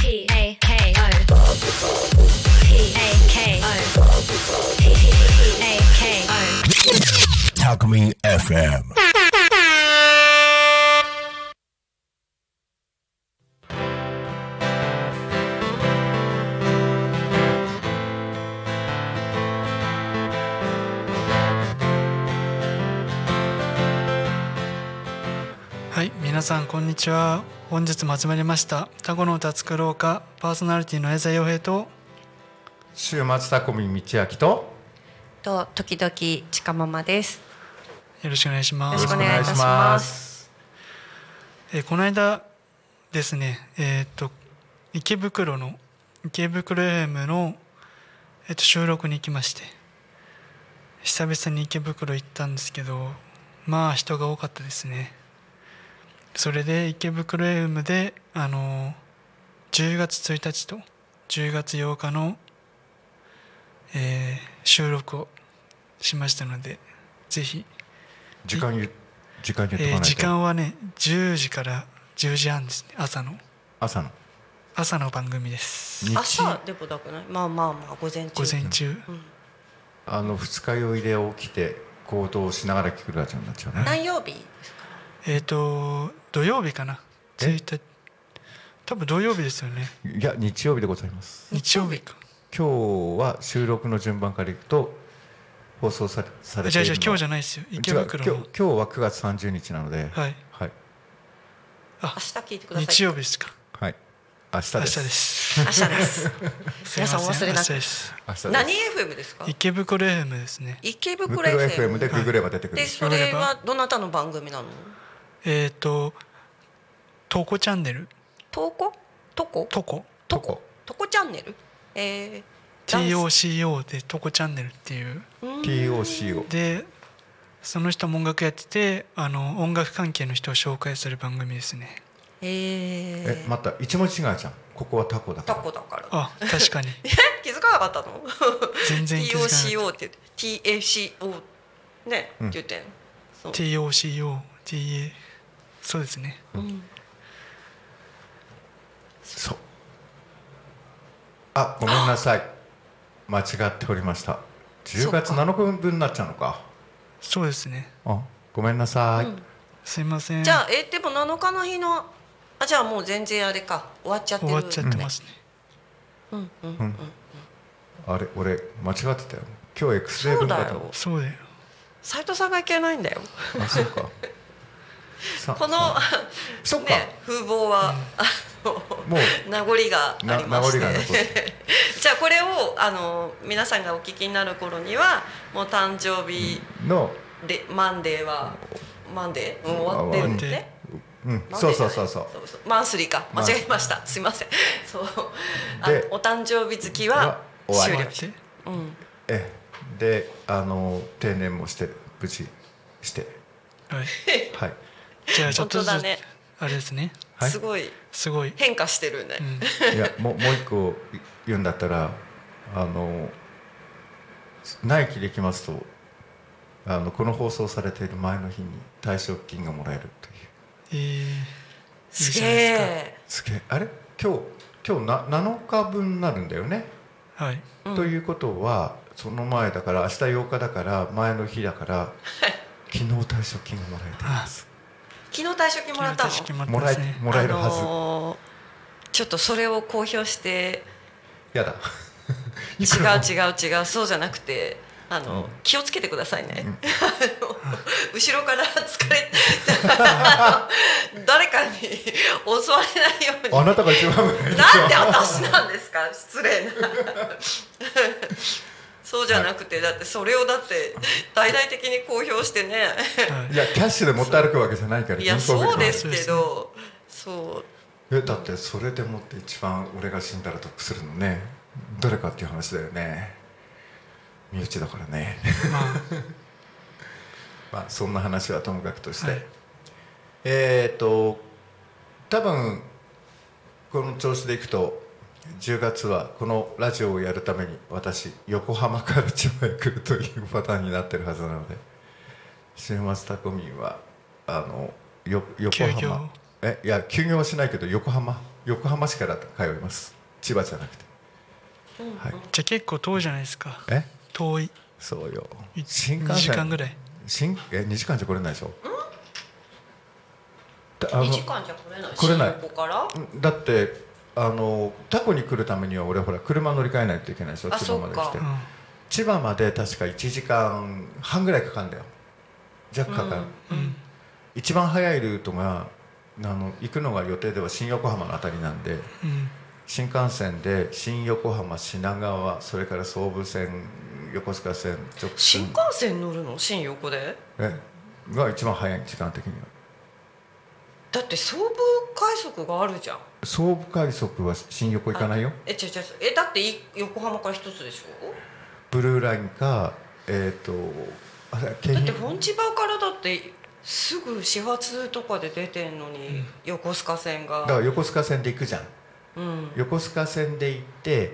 タコミン FM。 はい、皆さんこんにちは。本日も集まりましたタコの歌作ろうかパーソナリティの江澤洋平と週末タコミン道明と時々ちかママです。 よろしくお願いします。 よろしくお願いいたします。 この間ですね、池袋 FM の、収録に行きまして、久々に池袋行ったんですけど、まあ人が多かったですね。それで池袋 FM で10月1日と10月8日の、収録をしましたので、ぜひ時間言ってこないと。 時間はね10時から10時半ですね。朝の番組です。 朝でもなくない？まあ午前中、 二日酔いで起きて行動しながら聞くラジオになっちゃうね。 何曜日ですか？ 土曜日かな。多分土曜日ですよね。 いや日曜日でございます。 日曜日か。 今日は収録の順番からいくと放送されているの。 じゃあ今日じゃないですよ。池袋の今日は9月30日なので、 はい、 明日聞いてください。 日曜日ですか。 はい、明日です。 皆さんお忘れなく。何 FM ですか？ 池袋 FM ですね。 池袋 FM でググれば出てくる。 でそれはどなたの番組なの？ トコチャンネル。 トコチャンネル。 TOCO でトコチャンネルっていう。 TOCO でその人も音楽やってて、音楽関係の人を紹介する番組ですね。 また一文字違いじゃん。ここはタコだから。 あ、確かに。 気づかなかったの？ 全然気づかなかった。 TOCO って言って TACO ね、って言ってん。 TOCO TA そうですね。 そう。ごめんなさい。間違っておりました。10月7日分になっちゃうのか。 そうですね。 ごめんなさい。 すいません。 じゃあでも7日の日のじゃあもう全然あれか終わっちゃってる。 終わっちゃってますね。 あれ俺間違ってたよ。今日 X デー分だと。 そうだよ。 斉藤さんがいけないんだよ。 そうか。 この風貌はもう名残がありましてじゃあこれを皆さんがお聞きになる頃にはもう誕生日のマンデー終わってるんでね。 そうマンスリーか間違えました。すいません。そうお誕生日月は終了してで定年もして無事してはい。 じゃあちょっとずつあれですね。 すごい変化してるね。 いやもう一個言うんだったら内規でいきますとこの放送されている前の日に退職金がもらえるという。 すげえ。 あれ今日7日分になるんだよね。 はい。 ということはその前だから明日8日だから前の日だから昨日退職金がもらえています。 昨日退職金もらったの？ もらえるはず。ちょっとそれを公表してやだ違うそうじゃなくて気をつけてくださいね。後ろから疲れ誰かに襲われないように。 あなたが一番なんで私なんですか？失礼なそうじゃなくて、だってそれを大々的に公表してねいやキャッシュで持って歩くわけじゃないから。 いやそうですけど、 だってそれでもって一番俺が死んだら得するのね誰かっていう話だよね。身内だからねまあそんな話はともかくとして、多分この調子でいくと10月はこのラジオをやるために私横浜から千葉へ来るというパターンになってるはずなので、週末タコミンは横浜いや休業はしないけど横浜横浜市から通います。千葉じゃなくて、 はい、じゃあ結構遠いじゃないですか。遠い。 そうよ。 新幹線2時間ぐらい。 2時間じゃ来れないでしょ。 2時間じゃ来れない。 来れない。 ここからだってタコに来るためには俺ほら車乗り換えないといけないでしょ。千葉まで来て、千葉まで確か1時間半ぐらいかかるんだよ。若干かかる、一番早いルートが行くのが予定では新横浜のあたりなんで、新幹線で新横浜、品川、それから総武線、横須賀線、直通。 新幹線乗るの？新横でが一番早い、時間的には。 だって総武快速があるじゃん。 総武快速は新横行かないよ。 だって横浜から一つでしょ。 ブルーラインかだって本千葉からだってすぐ始発とかで出てんのに、横須賀線が。 だから横須賀線で行くじゃん。横須賀線で行って、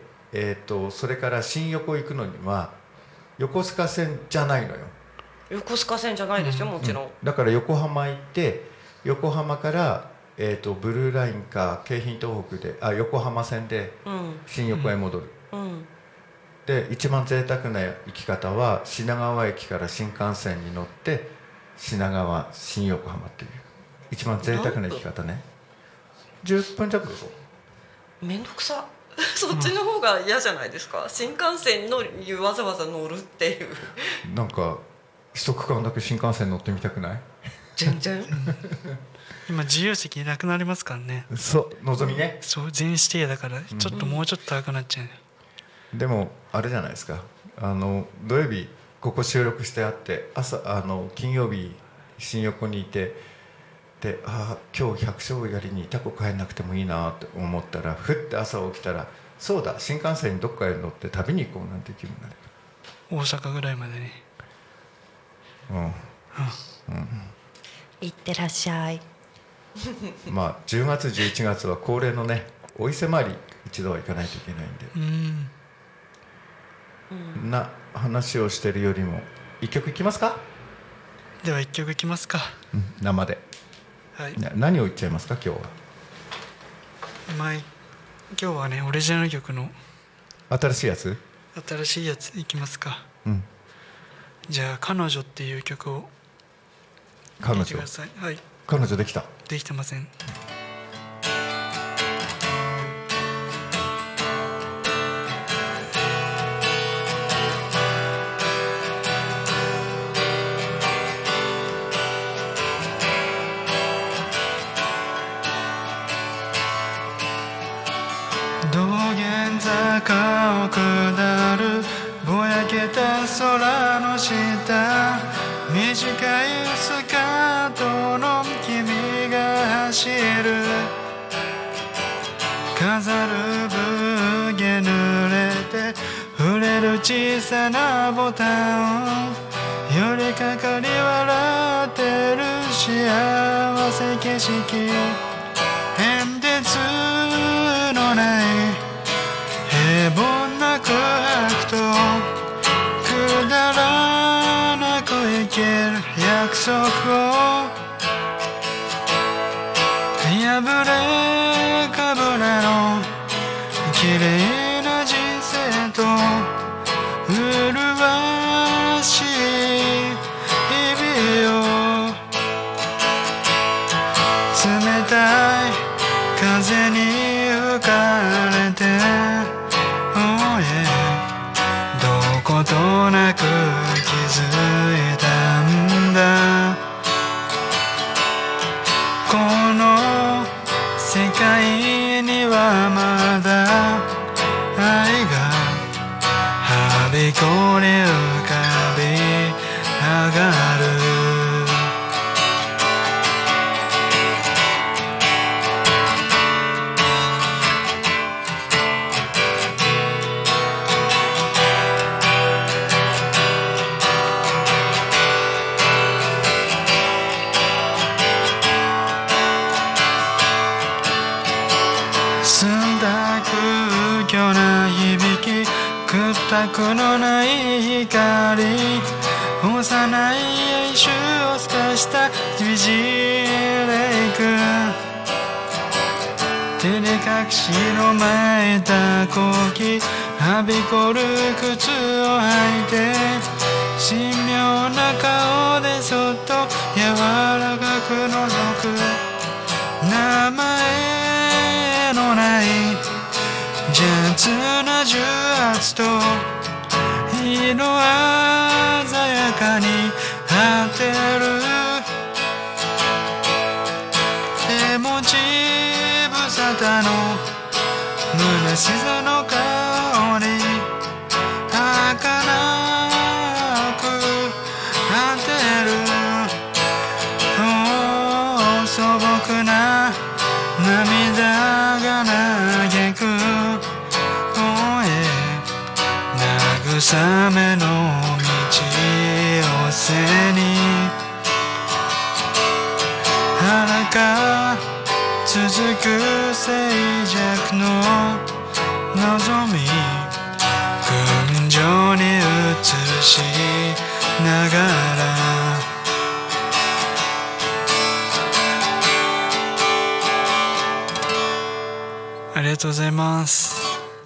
それから新横行くのには横須賀線じゃないのよ。 横須賀線じゃないですよ、もちろん。 だから横浜行って、横浜から、ブルーラインか京浜東北で横浜線で新横へ戻る、で一番贅沢な行き方は品川駅から新幹線に乗って品川新横浜っていう一番贅沢な行き方ね。10分弱でしょ。 めんどくさそっちの方が嫌じゃないですか、新幹線にわざわざ乗るっていうなんか一区間だけ新幹線乗ってみたくない？ 全然今自由席なくなりますからね。 そうのぞみね。 そう全指定だからちょっともうちょっと高くなっちゃう、 でもあれじゃないですか、土曜日ここ収録してあって金曜日新横にいてで今日百姓やりにタコ帰んなくてもいいなって思ったらふって朝起きたらそうだ新幹線にどっかへ乗って旅に行こうなんて気分になる。 大阪ぐらいまでね。 いってらっしゃいまあ10月11月は恒例のねお伊勢参り一度は行かないといけないんで、な話をしてるよりも一曲いきますか。 では一曲いきますか、 生で、はい、何を言っちゃいますか今日は。 今日はねオリジナル曲の新しいやついきますか、じゃあ彼女っていう曲を聴いてください。はい、 彼女できた？ できてません。道玄坂を下るぼやけた空の下、短いスカートの君が走る、飾るブゲ濡れて触れる小さなボタン、寄りかかり笑ってる幸せ景色、変哲のない平凡な空白とくだらなく生きる約束を、破れかぶれの綺麗な人生と麗しい日々を、冷たい風に吹かれて、oh yeah、 どことなく気づいたんだ、この世界にはまだ愛がはびこり浮かび上がる、虚な響き、屈託のない光、幼い哀愁を透かしたじじれいく、 照れ隠しの前たこきはびこる靴を履いて神妙な顔でそっと柔らかく覗く名前のない邪痛な重圧と色鮮やかに張ってる手持ち無沙汰の胸しさの香り儚く張ってる素朴な涙が嘆く慰めの道を背に鼻から続く静寂の望み群青に映しながらありがとうございます。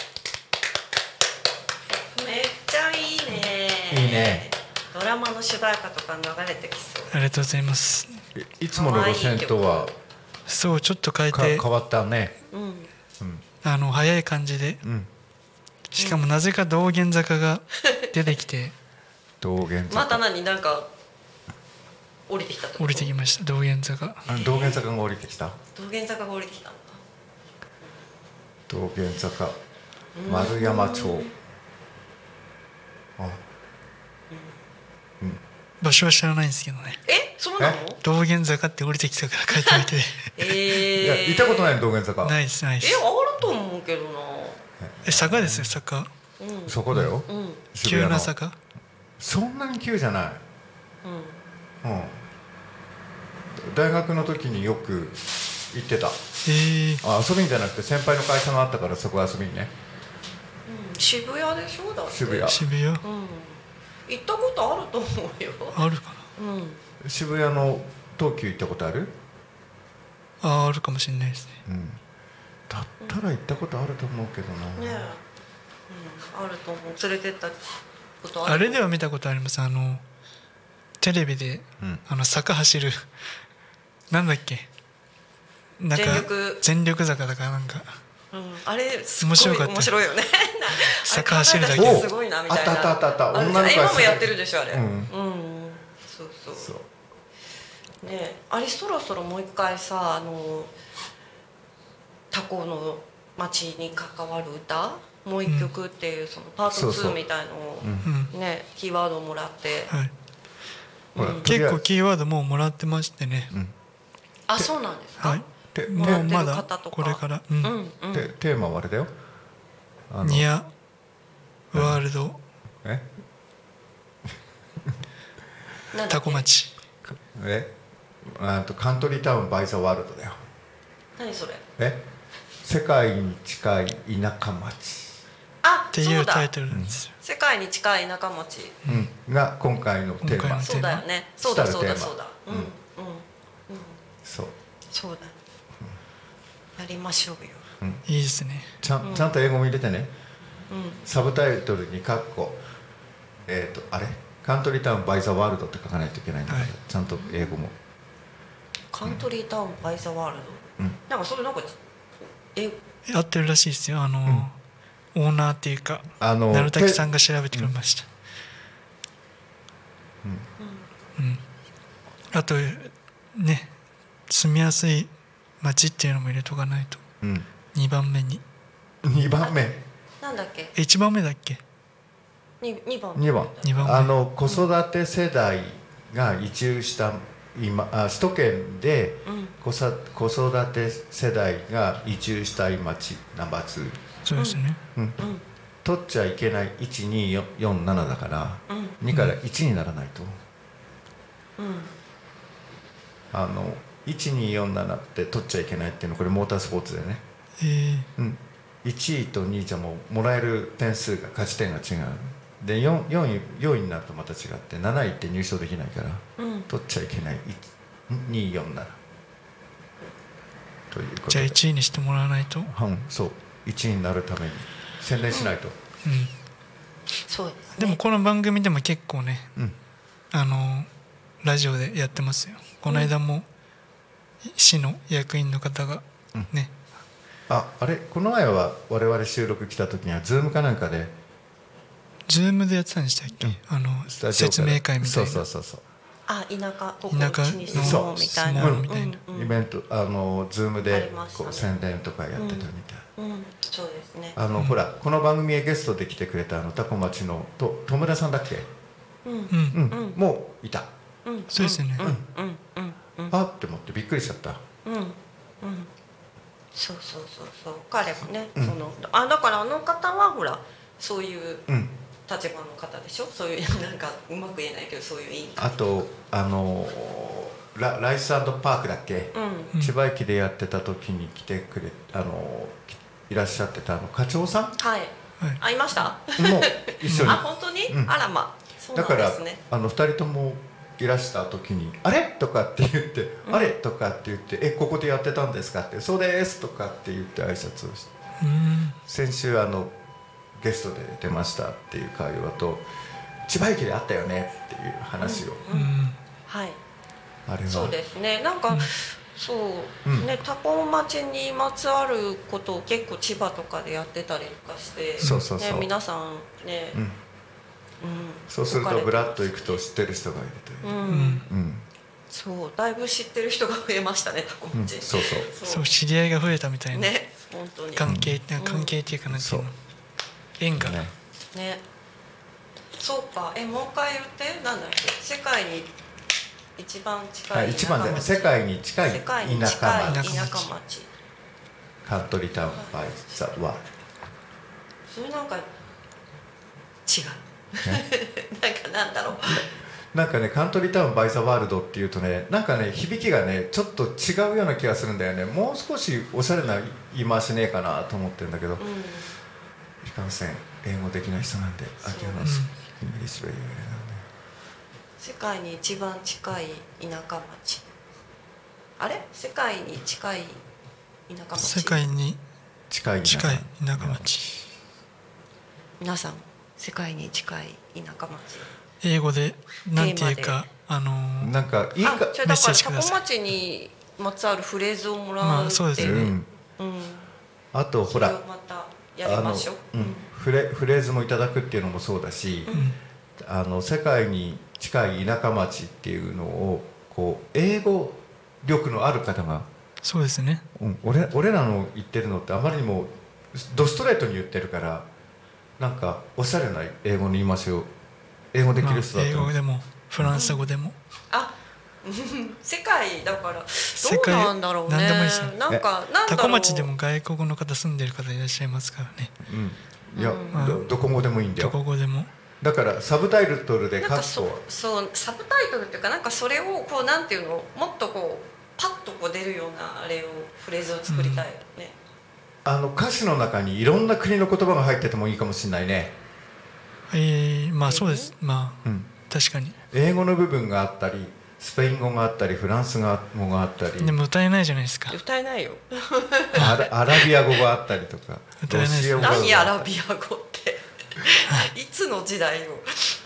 めっちゃいいね。 いいね。 ドラマの主題歌とか流れてきそう。 ありがとうございます。 いつもの路線とはそうちょっと変えて変わったね。 早い感じで、しかもなぜか道玄坂が出てきて道玄坂またなんか降りてきたと降りてきました。道玄坂道玄坂が降りてきた道玄坂が降りてきた道玄坂丸山町場所は知らないんですけどね。 そうなの？ 道玄坂って降りてきたから書いてみていや行ったことないの道玄坂ないですないです。 あると思うけどな。 坂ですよ坂。 そこだよ、 急な坂。 そんなに急じゃない。大学の時によく行ってた。遊びんじゃなくて先輩の会社があったからそこ遊びにね。 渋谷でしょだって。 渋谷。 行ったことあると思うよ。 あるかな。渋谷の東急行ったことある？ あるかもしれないですね。 だったら行ったことあると思うけどな。 ねあると思う。連れてったことある。 あれでは見たことあります。テレビで坂走るなんだっけ。なんか全力坂だからなんか。 あれすごい面白いよね。 坂走るだけすごいなみたいな。 あった女の子今もやってるでしょあれ。そうねあれそろそろもう一回さタコの町に関わる歌もう一曲っていうそのパート2みたいのをねキーワードをもらって。 結構キーワードもうもらってましてね。 あそうなんですか。 もうまだこれからテーマはあれだよ。 ニアワールドタコ町カントリータウンバイザワールドだよ。 何それ？ 世界に近い田舎町っていうタイトルなんですよ。 世界に近い田舎町が今回のテーマ。 そうだよね。そうだそうだ。そうだ。やりましょうよ。 いいですね。 ちゃんと英語も入れてね。サブタイトルにカントリータウンバイザワールドって書かないといけないんだけど、ちゃんと英語も。 カントリータウンバイザワールド。なんかそれなんか合ってるらしいですよ。オーナーっていうか鳴滝さんが調べてくれました。あとね住みやすい町っていうのも入れとかないと。2番目に。 2番目。 なんだっけ ？1番目だっけ ？2番。 子育て世代が移住した今首都圏で子育て世代が移住したい町ナンバー2。 そうですね。 取っちゃいけない1247だから2から1にならないと。1247って取っちゃいけないっていうのこれモータースポーツでね。1位と2位じゃもらえる点数が勝ち点が違う。で4位になるとまた違って7位って入賞できないから、取っちゃいけない1247 ということで、 じゃあ1位にしてもらわないと。 そう1位になるために宣伝しないと、 そうですね。 でもこの番組でも結構ね、ラジオでやってますよ。この間も市の役員の方がね、 あれこの前は我々収録来た時にはズームかなんかでズームでやってたんでしたっけ、説明会みたいな。 そう田舎ここ田舎に住もうみたいな、 イベントズームでこう宣伝とかやってたみたいな、 そうですね。 ほらこの番組へゲストで来てくれたタコ町の戸村さんだっけ、もういた、 そうですよね、 あって思ってびっくりしちゃった。 そう彼もね、だからあの方はほらそういう立場の方でしょ、そういうなんかうまく言えないけどそういう委員会、 あとライス&パークだっけ、千葉駅でやってた時に来てくれいらっしゃってた課長さん、 会いました？ もう一緒に本当に、あらま、そうなんですね。 だから2人ともいらした時に「あれ?」とかって言って「あれ?」とかって言って「ここでやってたんですか?」って「そうです」とかって言って挨拶をして、先週ゲストで出ましたっていう会話と千葉駅で会ったよねっていう話を、 はい、 あれはそうですね、なんか、そうね、多古町にまつわることを結構千葉とかでやってたりとかして、ね、皆さんね、 そうするとブラッと行くと知ってる人がいるという、 そうだいぶ知ってる人が増えましたね、多古町、 そう知り合いが増えたみたいな、 ね、本当に関係っていうかなんていうの、縁がね、そうか、もう一回言って、なんだっけ、世界に一番近い一番で世界に近い田舎町、 カントリータウンバイザワールド、 それなんか違うなんだろうなんかね、カントリータウンバイザワールドっていうとね、なんかね響きがねちょっと違うような気がするんだよね。もう少しおしゃれな言い回しねえかなと思ってるんだけど、いかんせん英語できない人なんで、秋山さんイングリッシュは言えないね。 世界に一番近い田舎町、あれ世界に近い田舎町、 世界に近い田舎町、 皆さん世界に近い田舎町、 英語でなんていうかなんかいいかメッセージください。 だから多古町にまつわるフレーズをもらうって、 そうですよね、 あとほらまたやりましょう、 フレーズもいただくっていうのもそうだし、世界に近い田舎町っていうのをこう英語力のある方が、 そうですね、 俺らの言ってるのってあまりにもドストレートに言ってるから、なんかおしゃれな英語の言い回しを英語できる人だった英語でもフランス語でも、 世界だからどうなんだろうね。 何でもいいですよ。 なんか多古町でも外国の方住んでる方いらっしゃいますからね。 いや、どこ語でもいいんだよ。 どこ語でも。 だからサブタイトルでなんかそうサブタイトルっていうか、なんかそれをこうなんていうの、もっとこうパッとこう出るようなあれをフレーズを作りたいよね。 歌詞の中にいろんな国の言葉が入っててもいいかもしれないね。 まあそうです。まあ、確かに。 英語の部分があったり、スペイン語があったり、フランス語があったり。 でも歌えないじゃないですか。 歌えないよ。 アラビア語があったりとか。 歌えないです。 何アラビア語っていつの時代よ。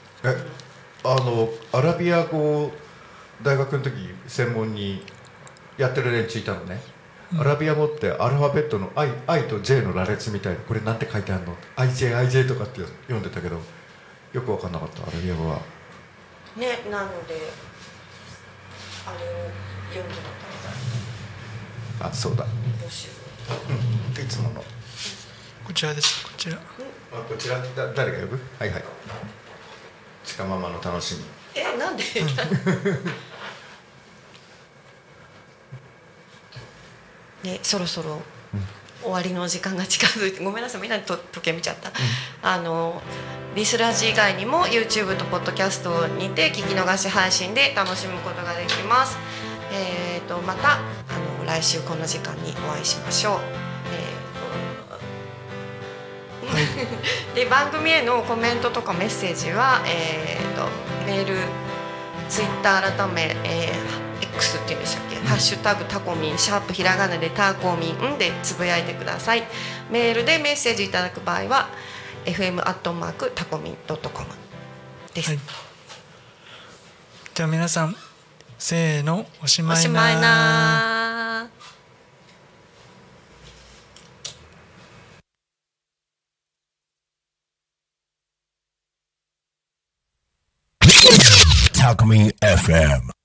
アラビア語大学の時専門にやってる連中いたのね。アラビア語ってアルファベットの I と J の羅列みたいな、これなんて書いてあるの IJ とかって読んでたけど、よく分かんなかった、アラビア語はね。なのであれを読んでもらったら、 そうだ、いつものこちらです。こちらこちら誰が呼ぶ？はいはい、ちかママの楽しみ。 なんでね、そろそろ終わりの時間が近づいて、ごめんなさい、みんなで時計見ちゃった。リスラジ以外にも YouTube とポッドキャストにて聞き逃し配信で楽しむことができます。また来週この時間にお会いしましょう。で、番組へのコメントとかメッセージは、メール、ツイッター改め、 X っていうんでしたっけ、ハッシュタグタコミンシャープひらがなでタコミンでつぶやいてください。メールでメッセージいただく場合は fm@tacomin.com です、はい、 では皆さんせーの、おしまいな。 おしまいな。 タコミン FM